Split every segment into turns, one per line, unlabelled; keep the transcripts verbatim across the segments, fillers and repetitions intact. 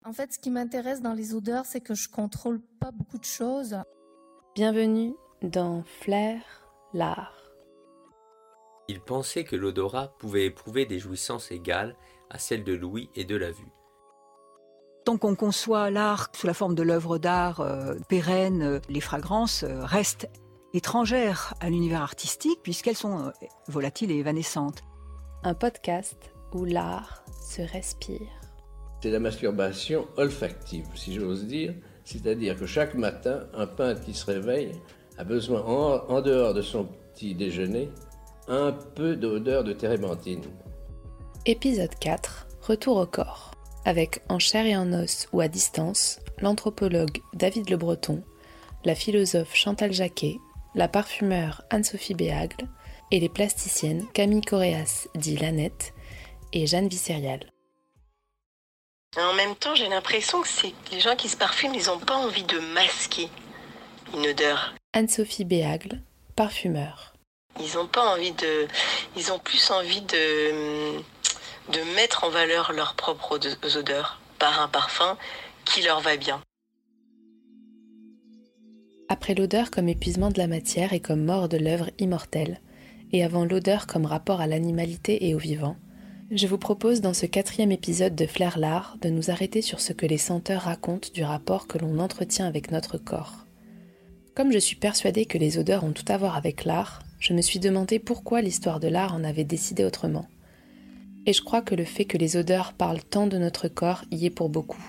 En fait, ce qui m'intéresse dans les odeurs, c'est que je contrôle pas beaucoup de choses.
Bienvenue dans Flair, l'art.
Il pensait que l'odorat pouvait éprouver des jouissances égales à celles de l'ouïe et de la vue.
Tant qu'on conçoit l'art sous la forme de l'œuvre d'art euh, pérenne, euh, les fragrances euh, restent étrangères à l'univers artistique puisqu'elles sont euh, volatiles et évanescentes.
Un podcast où l'art se respire.
C'est la masturbation olfactive, si j'ose dire, c'est-à-dire que chaque matin, un peintre qui se réveille a besoin, en, en dehors de son petit déjeuner, un peu d'odeur de térébenthine.
Épisode quatre, Retour au corps. Avec en chair et en os ou à distance, l'anthropologue David Le Breton, la philosophe Chantal Jacquet, la parfumeur Anne-Sophie Béhagle et les plasticiennes Camille Coréas, dit Lanette, et Jeanne Vissérial.
En même temps, j'ai l'impression que c'est les gens qui se parfument, ils n'ont pas envie de masquer une odeur.
Anne-Sophie Béhagle, parfumeur.
Ils n'ont pas envie de... Ils ont plus envie de, de mettre en valeur leurs propres odeurs par un parfum qui leur va bien.
Après l'odeur comme épuisement de la matière et comme mort de l'œuvre immortelle, et avant l'odeur comme rapport à l'animalité et au vivant, je vous propose dans ce quatrième épisode de Flair l'art de nous arrêter sur ce que les senteurs racontent du rapport que l'on entretient avec notre corps. Comme je suis persuadée que les odeurs ont tout à voir avec l'art, je me suis demandé pourquoi l'histoire de l'art en avait décidé autrement. Et je crois que le fait que les odeurs parlent tant de notre corps y est pour beaucoup.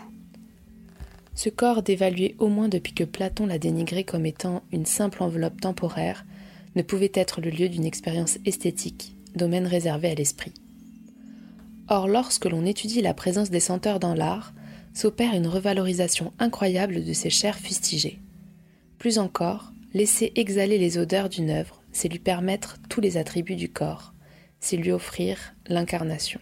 Ce corps dévalué au moins depuis que Platon l'a dénigré comme étant une simple enveloppe temporaire ne pouvait être le lieu d'une expérience esthétique, domaine réservé à l'esprit. Or, lorsque l'on étudie la présence des senteurs dans l'art, s'opère une revalorisation incroyable de ces chairs fustigées. Plus encore, laisser exhaler les odeurs d'une œuvre, c'est lui permettre tous les attributs du corps, c'est lui offrir l'incarnation.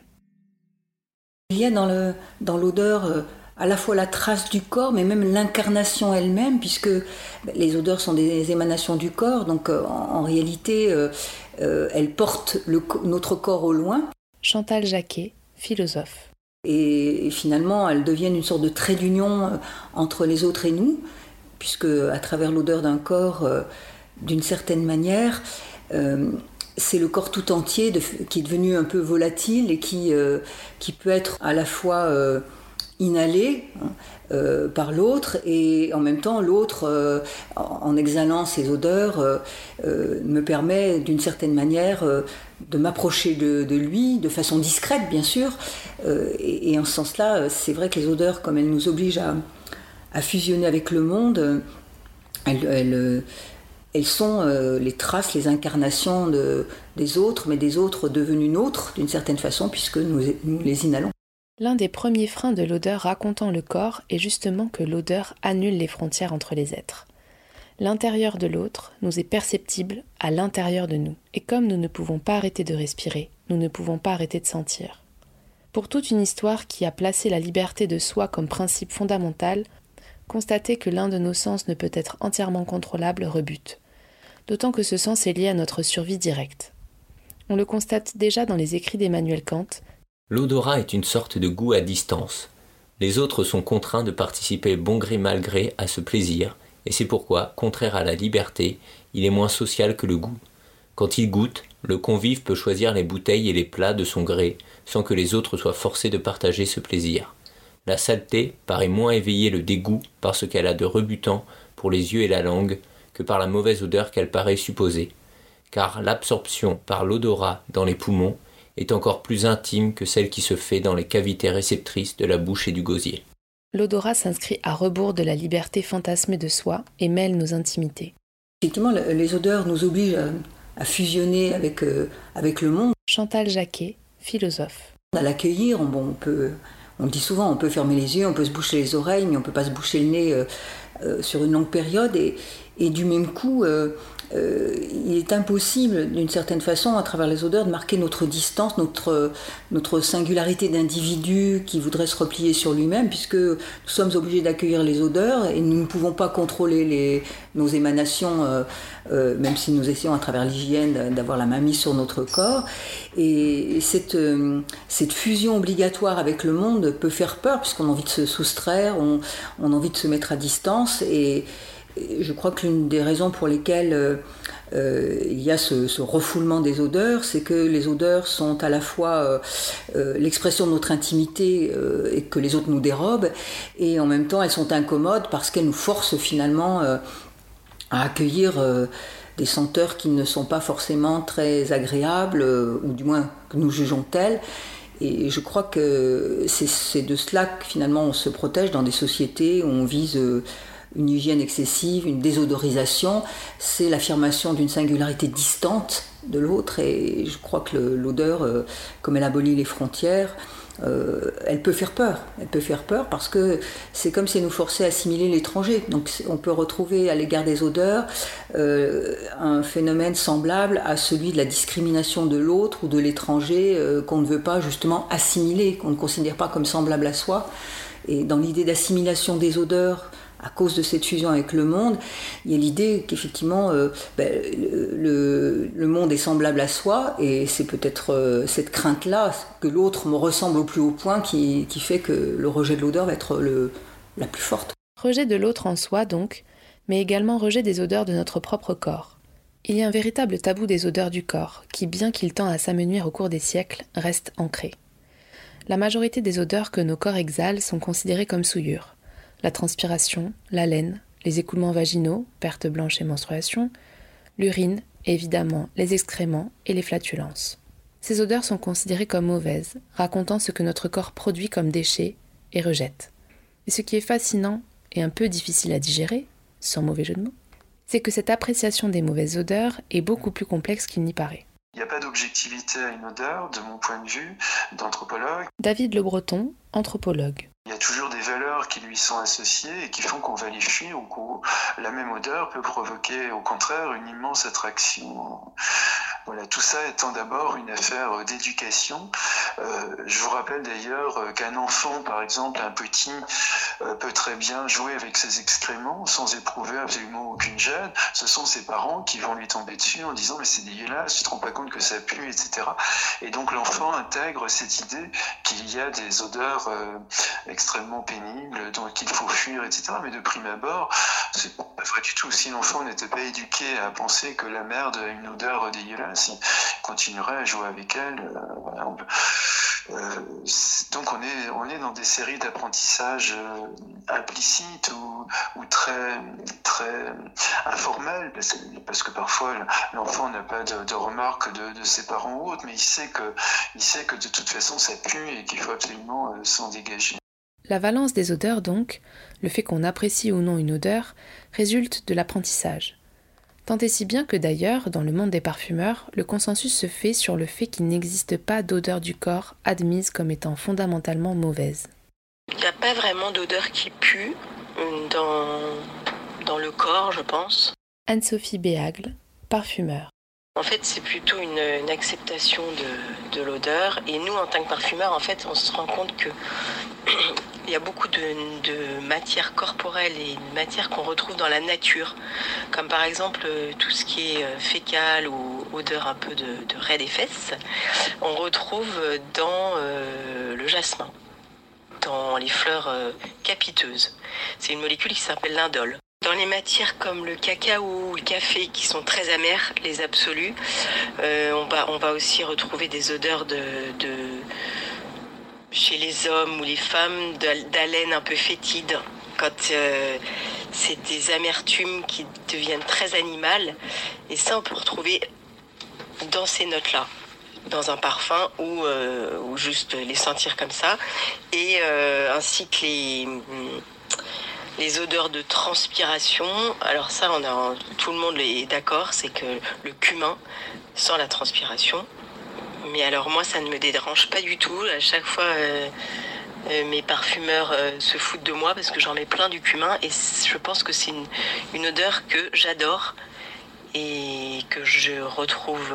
Il y a dans, le, dans l'odeur euh, à la fois la trace du corps, mais même l'incarnation elle-même, puisque les odeurs sont des émanations du corps, donc euh, en, en réalité, euh, euh, elles portent le, notre corps au loin.
Chantal Jacquet, philosophe.
Et, et finalement, elles deviennent une sorte de trait d'union euh, entre les autres et nous, puisque à travers l'odeur d'un corps, euh, d'une certaine manière, euh, c'est le corps tout entier de, qui est devenu un peu volatile et qui, euh, qui peut être à la fois euh, inhalé hein, euh, par l'autre et en même temps l'autre, euh, en, en exhalant ces odeurs, euh, euh, me permet d'une certaine manière euh, de m'approcher de, de lui, de façon discrète bien sûr. Euh, et, et en ce sens-là, c'est vrai que les odeurs, comme elles nous obligent à, à fusionner avec le monde, elles, elles, elles sont euh, les traces, les incarnations de, des autres, mais des autres devenus nôtres d'une certaine façon, puisque nous, nous les inhalons.
L'un des premiers freins de l'odeur racontant le corps est justement que l'odeur annule les frontières entre les êtres. L'intérieur de l'autre nous est perceptible à l'intérieur de nous, et comme nous ne pouvons pas arrêter de respirer, nous ne pouvons pas arrêter de sentir. Pour toute une histoire qui a placé la liberté de soi comme principe fondamental, constater que l'un de nos sens ne peut être entièrement contrôlable rebute, d'autant que ce sens est lié à notre survie directe. On le constate déjà dans les écrits d'Emmanuel Kant.
L'odorat est une sorte de goût à distance. Les autres sont contraints de participer bon gré mal gré à ce plaisir, et c'est pourquoi, contraire à la liberté, il est moins social que le goût. Quand il goûte, le convive peut choisir les bouteilles et les plats de son gré, sans que les autres soient forcés de partager ce plaisir. La saleté paraît moins éveiller le dégoût parce qu'elle a de rebutant pour les yeux et la langue que par la mauvaise odeur qu'elle paraît supposer, car l'absorption par l'odorat dans les poumons est encore plus intime que celle qui se fait dans les cavités réceptrices de la bouche et du gosier.
L'odorat s'inscrit à rebours de la liberté fantasmée de soi et mêle nos intimités.
Effectivement, les odeurs nous obligent à, à fusionner avec, euh, avec le monde.
Chantal Jacquet, philosophe.
À l'accueillir, on, bon, on peut... On dit souvent, on peut fermer les yeux, on peut se boucher les oreilles, mais on ne peut pas se boucher le nez euh, euh, sur une longue période. Et, et du même coup, euh, euh, il est impossible, d'une certaine façon, à travers les odeurs, de marquer notre distance, notre, notre singularité d'individu qui voudrait se replier sur lui-même, puisque nous sommes obligés d'accueillir les odeurs et nous ne pouvons pas contrôler les, nos émanations, euh, euh, même si nous essayons à travers l'hygiène d'avoir la main mise sur notre corps. Et cette, euh, cette fusion obligatoire avec le monde peut faire peur, puisqu'on a envie de se soustraire, on, on a envie de se mettre à distance. Et, et je crois que l'une des raisons pour lesquelles euh, euh, il y a ce, ce refoulement des odeurs, c'est que les odeurs sont à la fois euh, euh, l'expression de notre intimité euh, et que les autres nous dérobent, et en même temps elles sont incommodes parce qu'elles nous forcent finalement euh, à accueillir euh, des senteurs qui ne sont pas forcément très agréables, euh, ou du moins que nous jugeons telles. Et je crois que c'est, c'est de cela que finalement on se protège dans des sociétés où on vise euh, une hygiène excessive, une désodorisation. C'est l'affirmation d'une singularité distante de l'autre, et je crois que le, l'odeur, euh, comme elle abolit les frontières, Euh, elle peut faire peur. Elle peut faire peur parce que c'est comme si elle nous forçait à assimiler l'étranger. Donc on peut retrouver à l'égard des odeurs euh, un phénomène semblable à celui de la discrimination de l'autre ou de l'étranger euh, qu'on ne veut pas justement assimiler, qu'on ne considère pas comme semblable à soi. Et dans l'idée d'assimilation des odeurs, à cause de cette fusion avec le monde, il y a l'idée qu'effectivement euh, ben, le, le monde est semblable à soi, et c'est peut-être euh, cette crainte-là, que l'autre me ressemble au plus haut point, qui, qui fait que le rejet de l'odeur va être le, la plus forte.
Rejet de l'autre en soi donc, mais également rejet des odeurs de notre propre corps. Il y a un véritable tabou des odeurs du corps, qui, bien qu'il tend à s'amenuire au cours des siècles, reste ancré. La majorité des odeurs que nos corps exhalent sont considérées comme souillures. La transpiration, la laine, les écoulements vaginaux, perte blanche et menstruation, l'urine, évidemment les excréments et les flatulences. Ces odeurs sont considérées comme mauvaises, racontant ce que notre corps produit comme déchets et rejette. Et ce qui est fascinant et un peu difficile à digérer, sans mauvais jeu de mots, c'est que cette appréciation des mauvaises odeurs est beaucoup plus complexe qu'il n'y paraît.
Il n'y a pas d'objectivité à une odeur, de mon point de vue, d'anthropologue.
David Le Breton, anthropologue.
Il y a toujours des valeurs qui lui sont associées et qui font qu'on va les fuir, ou que la même odeur peut provoquer au contraire une immense attraction. Voilà, tout ça étant d'abord une affaire d'éducation. Euh, je vous rappelle d'ailleurs qu'un enfant, par exemple, un petit, euh, peut très bien jouer avec ses excréments sans éprouver absolument aucune gêne. Ce sont ses parents qui vont lui tomber dessus en disant « mais c'est dégueulasse, tu te rends pas compte que ça pue, et cetera » Et donc l'enfant intègre cette idée qu'il y a des odeurs euh, extrêmement pénibles, dont il faut fuir, et cetera. Mais de prime abord, c'est pas vrai du tout. Si l'enfant n'était pas éduqué à penser que la merde a une odeur dégueulasse, il continuerait à jouer avec elle. Euh, voilà, on peut... euh, donc on est, on est dans des séries d'apprentissage euh, implicites ou, ou très, très informelles, parce, parce que parfois l'enfant n'a pas de, de remarques de, de ses parents ou autres, mais il sait, que, il sait que de toute façon ça pue et qu'il faut absolument euh, s'en dégager.
La valence des odeurs donc, le fait qu'on apprécie ou non une odeur, résulte de l'apprentissage. Tant et si bien que d'ailleurs, dans le monde des parfumeurs, le consensus se fait sur le fait qu'il n'existe pas d'odeur du corps admise comme étant fondamentalement mauvaise.
Il n'y a pas vraiment d'odeur qui pue dans, dans le corps, je pense.
Anne-Sophie Béagle, parfumeur.
En fait, c'est plutôt une, une acceptation de, de l'odeur. Et nous, en tant que parfumeurs, en fait, on se rend compte que il y a beaucoup de, de matières corporelles et de matières qu'on retrouve dans la nature, comme par exemple tout ce qui est fécal ou odeur un peu de, de raie des fesses, on retrouve dans euh, le jasmin, dans les fleurs euh, capiteuses. C'est une molécule qui s'appelle l'indole. Dans les matières comme le cacao ou le café qui sont très amères, les absolus, euh, on, va, on va aussi retrouver des odeurs de... de chez les hommes ou les femmes, d'haleine un peu fétide, quand euh, c'est des amertumes qui deviennent très animales. Et ça, on peut retrouver dans ces notes-là, dans un parfum ou, euh, ou juste les sentir comme ça. Et euh, ainsi que les, les odeurs de transpiration. Alors ça, on a, tout le monde est d'accord, c'est que le cumin sent la transpiration. Mais alors moi, ça ne me dérange pas du tout. À chaque fois, euh, euh, mes parfumeurs euh, se foutent de moi parce que j'en mets plein du cumin. Et je pense que c'est une, une odeur que j'adore et que je retrouve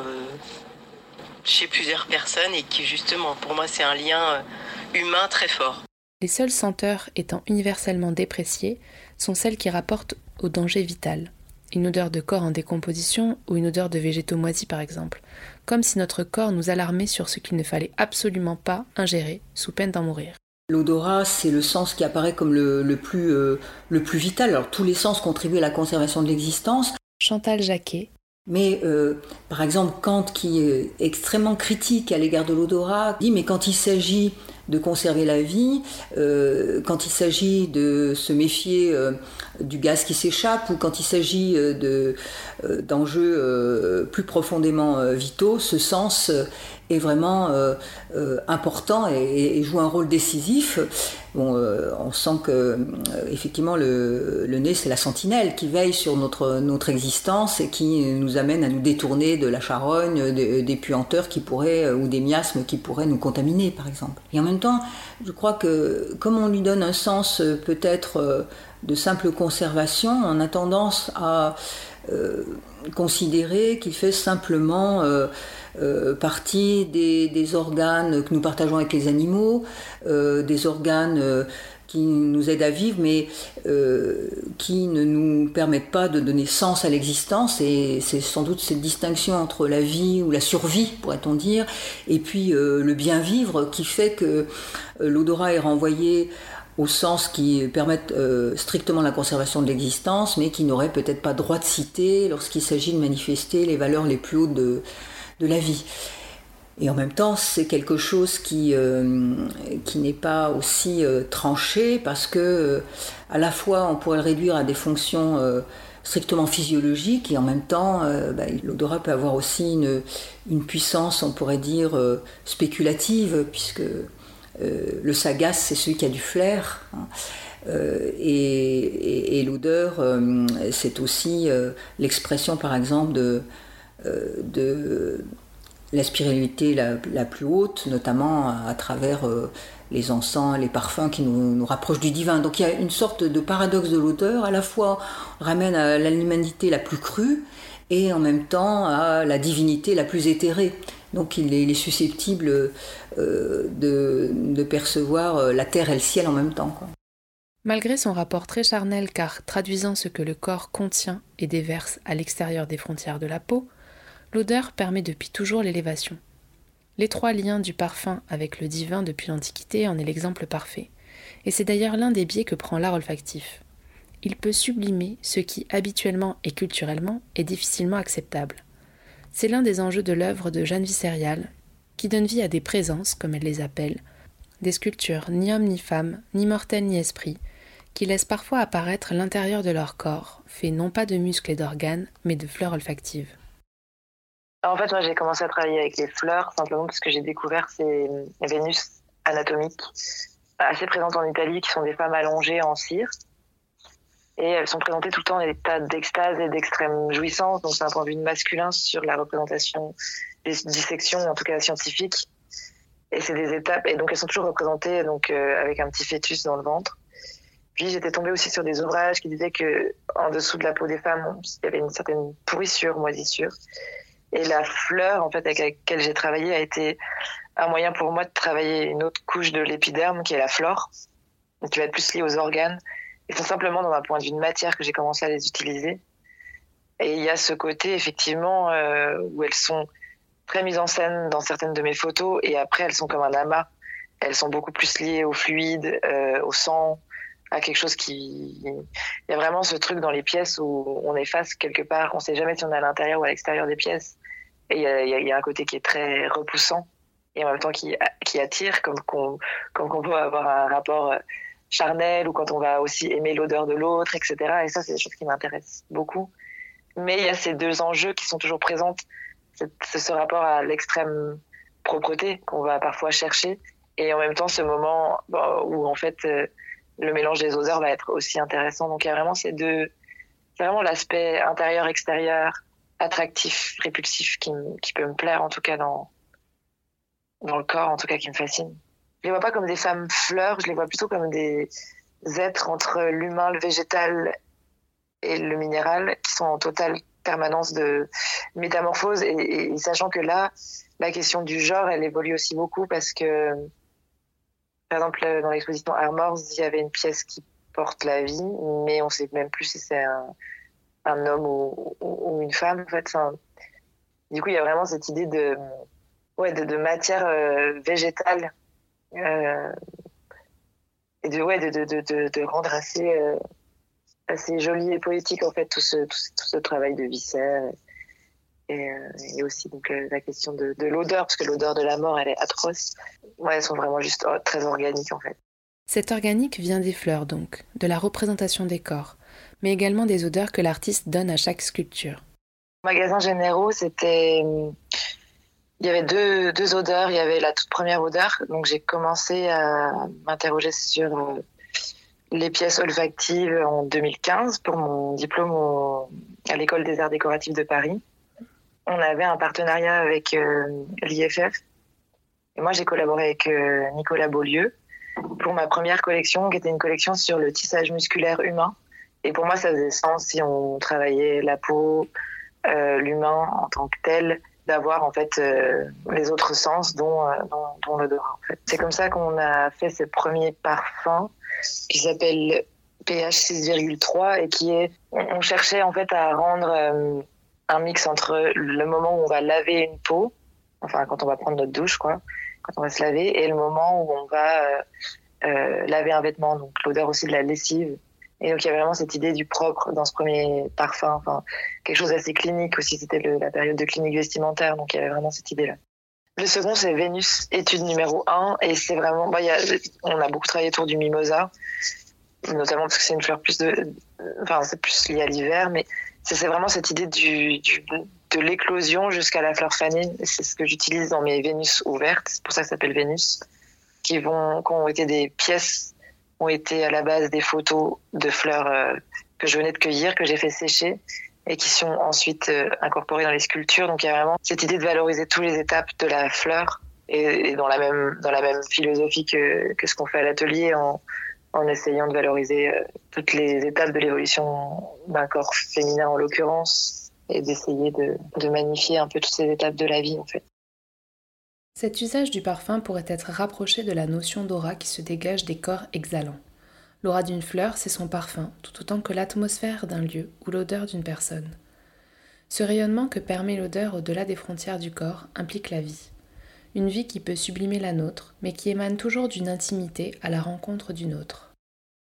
chez plusieurs personnes et qui justement pour moi c'est un lien humain très fort.
Les seules senteurs étant universellement dépréciées sont celles qui rapportent au danger vital. Une odeur de corps en décomposition ou une odeur de végétaux moisis par exemple, comme si notre corps nous alarmait sur ce qu'il ne fallait absolument pas ingérer sous peine d'en mourir.
L'odorat, c'est le sens qui apparaît comme le, le, plus, euh, le plus vital. Alors tous les sens contribuent à la conservation de l'existence.
Chantal Jacquet.
Mais euh, par exemple, Kant, qui est extrêmement critique à l'égard de l'odorat, dit mais quand il s'agit de conserver la vie, euh, quand il s'agit de se méfier euh, du gaz qui s'échappe ou quand il s'agit euh, de, euh, d'enjeux euh, plus profondément euh, vitaux, ce sens euh, est vraiment euh, euh, important et, et joue un rôle décisif. Bon, euh, on sent que euh, effectivement le, le nez c'est la sentinelle qui veille sur notre, notre existence et qui nous amène à nous détourner de la charogne, des, des puanteurs qui pourraient, ou des miasmes qui pourraient nous contaminer par exemple. Et en même temps, je crois que comme on lui donne un sens peut-être de simple conservation, on a tendance à euh, considérer qu'il fait simplement euh, euh, partie des, des organes que nous partageons avec les animaux, euh, des organes euh, qui nous aident à vivre, mais euh, qui ne nous permettent pas de donner sens à l'existence. Et c'est sans doute cette distinction entre la vie ou la survie, pourrait-on dire, et puis euh, le bien-vivre qui fait que euh, l'odorat est renvoyé au sens qui permettent euh, strictement la conservation de l'existence, mais qui n'aurait peut-être pas droit de citer lorsqu'il s'agit de manifester les valeurs les plus hautes de, de la vie. Et en même temps, c'est quelque chose qui, euh, qui n'est pas aussi euh, tranché, parce que euh, à la fois on pourrait le réduire à des fonctions euh, strictement physiologiques, et en même temps, euh, bah, l'odorat peut avoir aussi une, une puissance, on pourrait dire, euh, spéculative, puisque Euh, le sagace, c'est celui qui a du flair, hein. euh, et, et, et l'odeur, euh, c'est aussi euh, l'expression, par exemple, de, euh, de la spiritualité la, la plus haute, notamment à, à travers euh, les encens, les parfums qui nous, nous rapprochent du divin. Donc il y a une sorte de paradoxe de l'odeur, à la fois on ramène à l'humanité la plus crue, et en même temps à la divinité la plus éthérée. Donc il est, il est susceptible euh, de, de percevoir la terre et le ciel en même temps, quoi.
Malgré son rapport très charnel, car traduisant ce que le corps contient et déverse à l'extérieur des frontières de la peau, l'odeur permet depuis toujours l'élévation. L'étroit lien du parfum avec le divin depuis l'Antiquité en est l'exemple parfait. Et c'est d'ailleurs l'un des biais que prend l'art olfactif. Il peut sublimer ce qui, habituellement et culturellement, est difficilement acceptable. C'est l'un des enjeux de l'œuvre de Jeanne Visserial, qui donne vie à des présences, comme elle les appelle, des sculptures ni hommes ni femmes, ni mortels ni esprits, qui laissent parfois apparaître l'intérieur de leur corps, fait non pas de muscles et d'organes, mais de fleurs olfactives.
En fait, moi, j'ai commencé à travailler avec les fleurs, simplement parce que j'ai découvert ces Vénus anatomiques, assez présentes en Italie, qui sont des femmes allongées en cire. Et elles sont présentées tout le temps dans des états d'extase et d'extrême jouissance. Donc c'est un point de vue masculin sur la représentation des dissections, en tout cas scientifiques. Et c'est des étapes, et donc elles sont toujours représentées donc euh, avec un petit fœtus dans le ventre. Puis j'étais tombée aussi sur des ouvrages qui disaient que en dessous de la peau des femmes, il y avait une certaine pourrissure, moisissure. Et la fleur, en fait, avec laquelle j'ai travaillé, a été un moyen pour moi de travailler une autre couche de l'épiderme, qui est la flore, qui va être plus liée aux organes. Et c'est simplement dans un point de vue de matière que j'ai commencé à les utiliser. Et il y a ce côté, effectivement, euh, où elles sont très mises en scène dans certaines de mes photos, et après, elles sont comme un amas. Elles sont beaucoup plus liées au fluide, euh, au sang, à quelque chose qui... Il y a vraiment ce truc dans les pièces où on est face quelque part, on ne sait jamais si on est à l'intérieur ou à l'extérieur des pièces. Et il y a, il y a un côté qui est très repoussant, et en même temps qui, qui attire, comme qu'on, comme qu'on peut avoir un rapport charnel, ou quand on va aussi aimer l'odeur de l'autre, et cetera. Et ça, c'est des choses qui m'intéressent beaucoup. Mais il y a ces deux enjeux qui sont toujours présents. C'est ce rapport à l'extrême propreté qu'on va parfois chercher, et en même temps ce moment où en fait le mélange des odeurs va être aussi intéressant. Donc il y a vraiment ces deux, c'est vraiment l'aspect intérieur-extérieur, attractif, répulsif, qui, qui peut me plaire en tout cas dans, dans le corps, en tout cas qui me fascine. Je les vois pas comme des femmes fleurs, je les vois plutôt comme des êtres entre l'humain, le végétal et le minéral, qui sont en totale permanence de métamorphose, et, et, et sachant que là, la question du genre, elle évolue aussi beaucoup parce que, par exemple, dans l'exposition Armors, il y avait une pièce qui porte la vie, mais on sait même plus si c'est un, un homme ou, ou, ou une femme, en fait. Enfin, du coup, il y a vraiment cette idée de, ouais, de, de matière euh, végétale, euh, et de, ouais, de, de, de, de, de rendre assez, euh, assez joli et poétique, en fait, tout ce, tout ce, tout ce travail de viscères. Et, euh, et aussi donc, euh, la question de, de l'odeur, parce que l'odeur de la mort, elle est atroce. Ouais, elles sont vraiment juste oh, très organiques, en fait.
Cette organique vient des fleurs, donc, de la représentation des corps, mais également des odeurs que l'artiste donne à chaque sculpture.
Magasins généraux, c'était... Il y avait deux, deux odeurs. Il y avait la toute première odeur. Donc, j'ai commencé à m'interroger sur euh, les pièces olfactives en deux mille quinze pour mon diplôme au, à l'École des Arts Décoratifs de Paris. On avait un partenariat avec euh, l'I F F. Et moi, j'ai collaboré avec euh, Nicolas Beaulieu pour ma première collection, qui était une collection sur le tissage musculaire humain. Et pour moi, ça faisait sens si on travaillait la peau, euh, l'humain en tant que tel, d'avoir en fait euh, les autres sens, dont, euh, dont, dont l'odorat. En fait. C'est comme ça qu'on a fait ce premier parfum qui s'appelle P H six virgule trois et qui est... On cherchait en fait à rendre euh, un mix entre le moment où on va laver une peau, enfin quand on va prendre notre douche, quoi, quand on va se laver, et le moment où on va euh, euh, laver un vêtement, donc l'odeur aussi de la lessive. Et donc il y avait vraiment cette idée du propre dans ce premier parfum, enfin quelque chose d'assez clinique aussi, c'était le, la période de clinique vestimentaire, donc il y avait vraiment cette idée-là. Le second, c'est Vénus, étude numéro un, et c'est vraiment, bah, y a, on a beaucoup travaillé autour du mimosa, notamment parce que c'est une fleur plus de, enfin c'est plus lié à l'hiver, mais c'est, c'est vraiment cette idée du, du de l'éclosion jusqu'à la fleur fanée. C'est ce que j'utilise dans mes Vénus ouvertes, c'est pour ça que ça s'appelle Vénus, qui vont, qui ont été des pièces, ont été à la base des photos de fleurs euh, que je venais de cueillir, que j'ai fait sécher et qui sont ensuite euh, incorporées dans les sculptures. Donc il y a vraiment cette idée de valoriser toutes les étapes de la fleur et, et dans la même dans la même philosophie que que ce qu'on fait à l'atelier, en en essayant de valoriser euh, toutes les étapes de l'évolution d'un corps féminin en l'occurrence, et d'essayer de de magnifier un peu toutes ces étapes de la vie en fait.
Cet usage du parfum pourrait être rapproché de la notion d'aura qui se dégage des corps exhalants. L'aura d'une fleur, c'est son parfum, tout autant que l'atmosphère d'un lieu ou l'odeur d'une personne. Ce rayonnement que permet l'odeur au-delà des frontières du corps implique la vie. Une vie qui peut sublimer la nôtre, mais qui émane toujours d'une intimité à la rencontre d'une autre.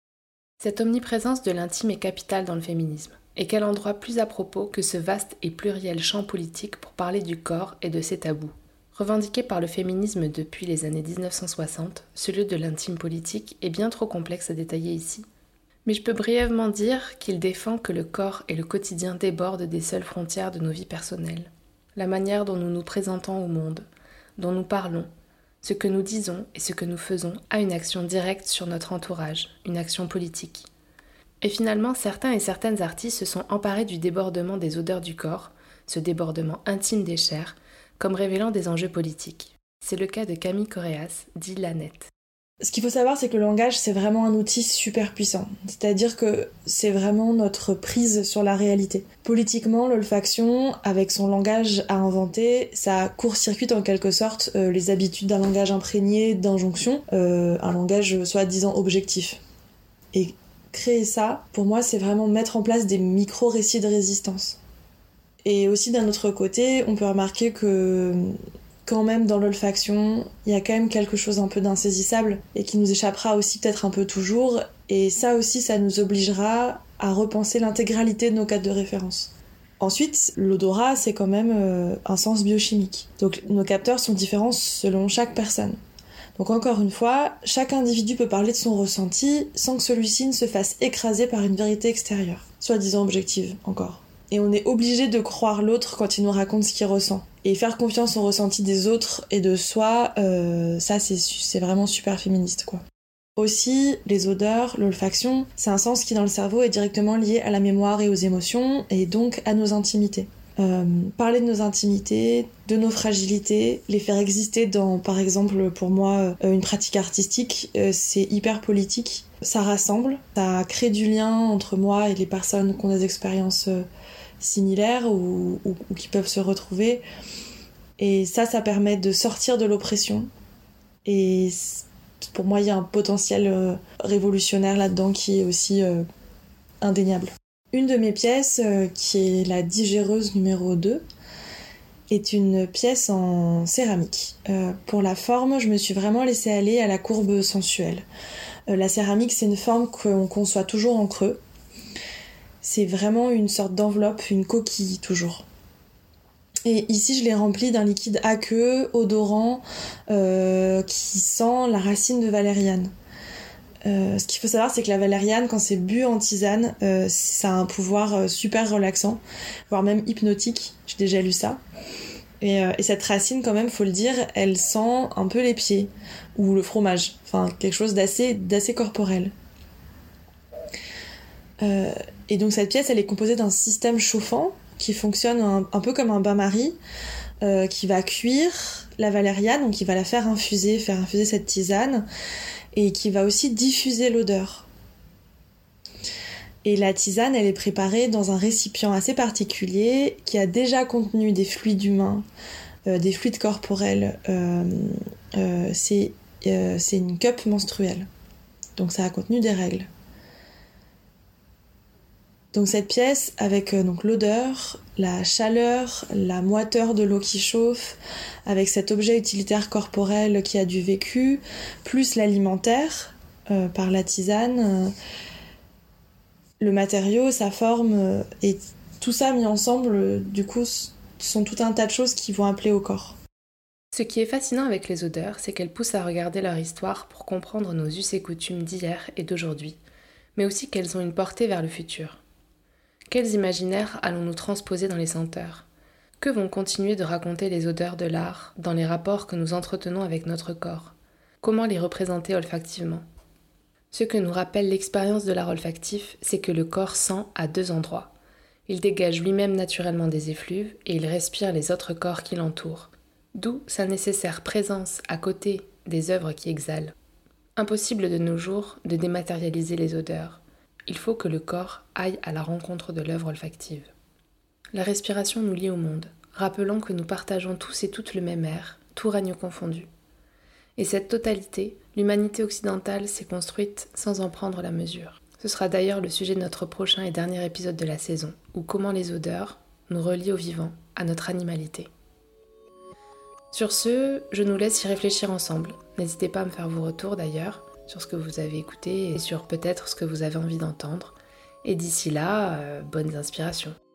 Cette omniprésence de l'intime est capitale dans le féminisme. Et quel endroit plus à propos que ce vaste et pluriel champ politique pour parler du corps et de ses tabous. Revendiqué par le féminisme depuis les années dix-neuf cent soixante, ce lieu de l'intime politique est bien trop complexe à détailler ici. Mais je peux brièvement dire qu'il défend que le corps et le quotidien débordent des seules frontières de nos vies personnelles. La manière dont nous nous présentons au monde, dont nous parlons, ce que nous disons et ce que nous faisons a une action directe sur notre entourage, une action politique. Et finalement, certains et certaines artistes se sont emparés du débordement des odeurs du corps, ce débordement intime des chairs, comme révélant des enjeux politiques. C'est le cas de Camille Correas, dit Lanette.
Ce qu'il faut savoir, c'est que le langage, c'est vraiment un outil super puissant. C'est-à-dire que c'est vraiment notre prise sur la réalité. Politiquement, l'olfaction, avec son langage à inventer, ça court-circuite en quelque sorte euh, les habitudes d'un langage imprégné d'injonctions, euh, un langage soi-disant objectif. Et créer ça, pour moi, c'est vraiment mettre en place des micro-récits de résistance. Et aussi d'un autre côté, on peut remarquer que quand même dans l'olfaction, il y a quand même quelque chose un peu d'insaisissable et qui nous échappera aussi peut-être un peu toujours. Et ça aussi, ça nous obligera à repenser l'intégralité de nos cadres de référence. Ensuite, l'odorat, c'est quand même euh, un sens biochimique. Donc nos capteurs sont différents selon chaque personne. Donc encore une fois, chaque individu peut parler de son ressenti sans que celui-ci ne se fasse écraser par une vérité extérieure, soi-disant objective encore. Et on est obligé de croire l'autre quand il nous raconte ce qu'il ressent. Et faire confiance au ressenti des autres et de soi, euh, ça c'est, c'est vraiment super féministe, quoi. Aussi, les odeurs, l'olfaction, c'est un sens qui dans le cerveau est directement lié à la mémoire et aux émotions, et donc à nos intimités. Euh, parler de nos intimités, de nos fragilités, les faire exister dans, par exemple, pour moi, euh, une pratique artistique, euh, c'est hyper politique. Ça rassemble, ça crée du lien entre moi et les personnes qui ont des expériences euh, similaires ou, ou, ou qui peuvent se retrouver. Et ça, ça permet de sortir de l'oppression. Et pour moi, il y a un potentiel euh, révolutionnaire là-dedans qui est aussi euh, indéniable. Une de mes pièces, euh, qui est la digéreuse numéro deux, est une pièce en céramique. Euh, pour la forme, je me suis vraiment laissée aller à la courbe sensuelle. Euh, la céramique, c'est une forme qu'on conçoit toujours en creux. C'est vraiment une sorte d'enveloppe, une coquille toujours. Et ici, je l'ai remplie d'un liquide aqueux, odorant, euh, qui sent la racine de valériane. Euh, ce qu'il faut savoir, c'est que la valériane, quand c'est bu en tisane, euh, ça a un pouvoir euh, super relaxant, voire même hypnotique. J'ai déjà lu ça. Et, euh, et cette racine, quand même, faut le dire, elle sent un peu les pieds ou le fromage. Enfin, quelque chose d'assez, d'assez corporel. Euh, et donc cette pièce, elle est composée d'un système chauffant qui fonctionne un, un peu comme un bain-marie, euh, qui va cuire la valériane, donc qui va la faire infuser, faire infuser cette tisane, et qui va aussi diffuser l'odeur. Et la tisane, elle est préparée dans un récipient assez particulier qui a déjà contenu des fluides humains, euh, des fluides corporels. Euh, euh, c'est, euh, c'est une cup menstruelle. Donc ça a contenu des règles. Donc cette pièce, avec euh, donc l'odeur, la chaleur, la moiteur de l'eau qui chauffe, avec cet objet utilitaire corporel qui a du vécu, plus l'alimentaire euh, par la tisane, euh, le matériau, sa forme, euh, et tout ça mis ensemble, euh, du coup, sont tout un tas de choses qui vont appeler au corps.
Ce qui est fascinant avec les odeurs, c'est qu'elles poussent à regarder leur histoire pour comprendre nos us et coutumes d'hier et d'aujourd'hui, mais aussi qu'elles ont une portée vers le futur. Quels imaginaires allons-nous transposer dans les senteurs ? Que vont continuer de raconter les odeurs de l'art dans les rapports que nous entretenons avec notre corps ? Comment les représenter olfactivement ? Ce que nous rappelle l'expérience de l'art olfactif, c'est que le corps sent à deux endroits. Il dégage lui-même naturellement des effluves et il respire les autres corps qui l'entourent. D'où sa nécessaire présence à côté des œuvres qui exhalent. Impossible de nos jours de dématérialiser les odeurs. Il faut que le corps aille à la rencontre de l'œuvre olfactive. La respiration nous lie au monde, rappelant que nous partageons tous et toutes le même air, tout règne confondu. Et cette totalité, l'humanité occidentale s'est construite sans en prendre la mesure. Ce sera d'ailleurs le sujet de notre prochain et dernier épisode de la saison, où comment les odeurs nous relient au vivant, à notre animalité. Sur ce, je nous laisse y réfléchir ensemble. N'hésitez pas à me faire vos retours d'ailleurs, sur ce que vous avez écouté et sur peut-être ce que vous avez envie d'entendre. Et d'ici là, euh, bonnes inspirations.